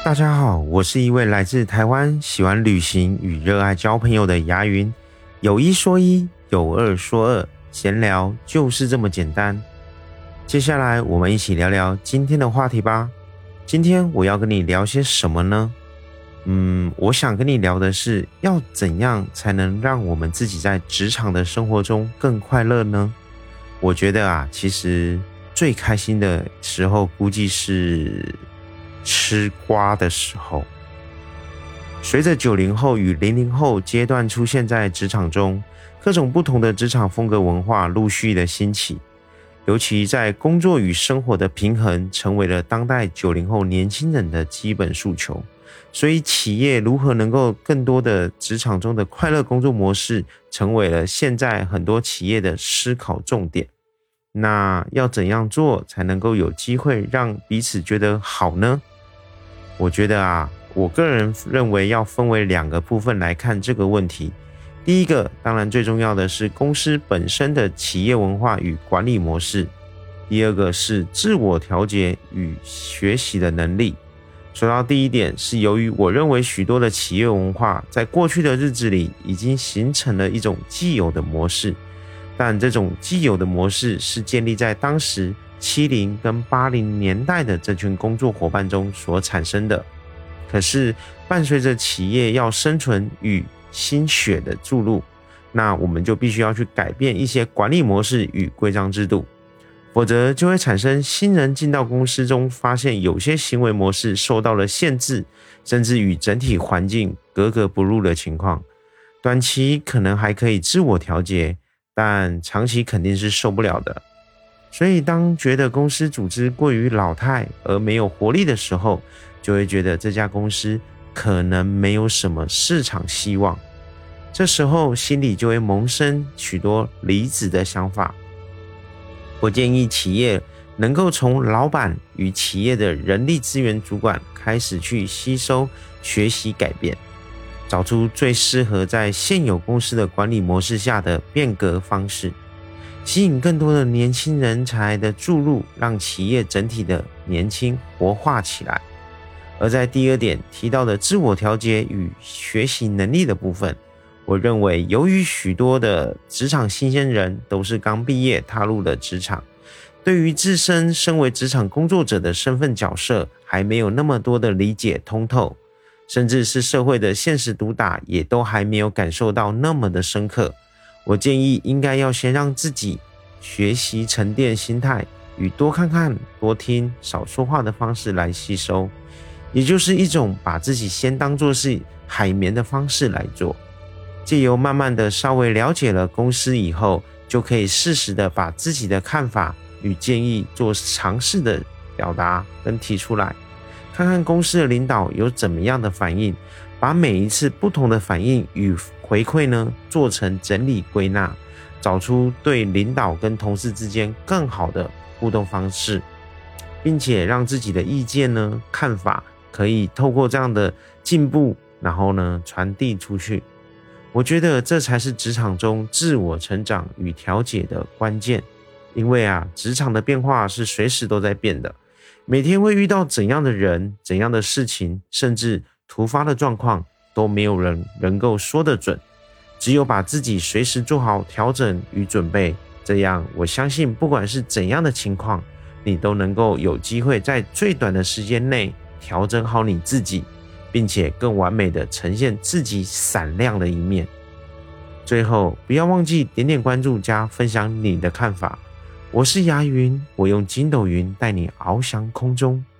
大家好，我是一位来自台湾，喜欢旅行与热爱交朋友的牙云。有一说一，有二说二，闲聊就是这么简单。接下来我们一起聊聊今天的话题吧。今天我要跟你聊些什么呢？我想跟你聊的是，要怎样才能让我们自己在职场的生活中更快乐呢？我觉得其实最开心的时候，估计是吃瓜的时候。随着90后与00后阶段出现在职场中，各种不同的职场风格文化陆续的兴起，尤其在工作与生活的平衡成为了当代90后年轻人的基本诉求。所以企业如何能够更多的职场中的快乐工作模式，成为了现在很多企业的思考重点。那要怎样做才能够有机会让彼此觉得好呢？我觉得我个人认为要分为2个部分来看这个问题。第一个，当然最重要的是公司本身的企业文化与管理模式。第二个是自我调节与学习的能力。说到第一点，是由于我认为许多的企业文化在过去的日子里已经形成了一种既有的模式，但这种既有的模式是建立在当时70跟80年代的这群工作伙伴中所产生的。可是伴随着企业要生存与新血的注入，那我们就必须要去改变一些管理模式与规章制度，否则就会产生新人进到公司中，发现有些行为模式受到了限制，甚至与整体环境格格不入的情况。短期可能还可以自我调节，但长期肯定是受不了的。所以当觉得公司组织过于老态而没有活力的时候，就会觉得这家公司可能没有什么市场希望。这时候心里就会萌生许多离职的想法。我建议企业能够从老板与企业的人力资源主管开始去吸收、学习、改变，找出最适合在现有公司的管理模式下的变革方式，吸引更多的年轻人才的注入，让企业整体的年轻活化起来。而在第2点提到的自我调节与学习能力的部分，我认为由于许多的职场新鲜人都是刚毕业踏入了职场，对于自身身为职场工作者的身份角色还没有那么多的理解通透，甚至是社会的现实毒打也都还没有感受到那么的深刻。我建议应该要先让自己学习沉淀心态，与多看看、多听、少说话的方式来吸收，也就是一种把自己先当作是海绵的方式来做。借由慢慢的稍微了解了公司以后，就可以适时的把自己的看法与建议做尝试的表达跟提出来，看看公司的领导有怎么样的反应，把每一次不同的反应与回馈呢做成整理归纳，找出对领导跟同事之间更好的互动方式，并且让自己的意见呢看法可以透过这样的进步，然后呢传递出去。我觉得这才是职场中自我成长与调节的关键。因为职场的变化是随时都在变的，每天会遇到怎样的人、怎样的事情，甚至突发的状况，都没有人能够说得准。只有把自己随时做好调整与准备，这样我相信不管是怎样的情况，你都能够有机会在最短的时间内调整好你自己，并且更完美的呈现自己闪亮的一面。最后不要忘记点点关注加分享你的看法。我是牙云，我用筋斗云带你翱翔空中。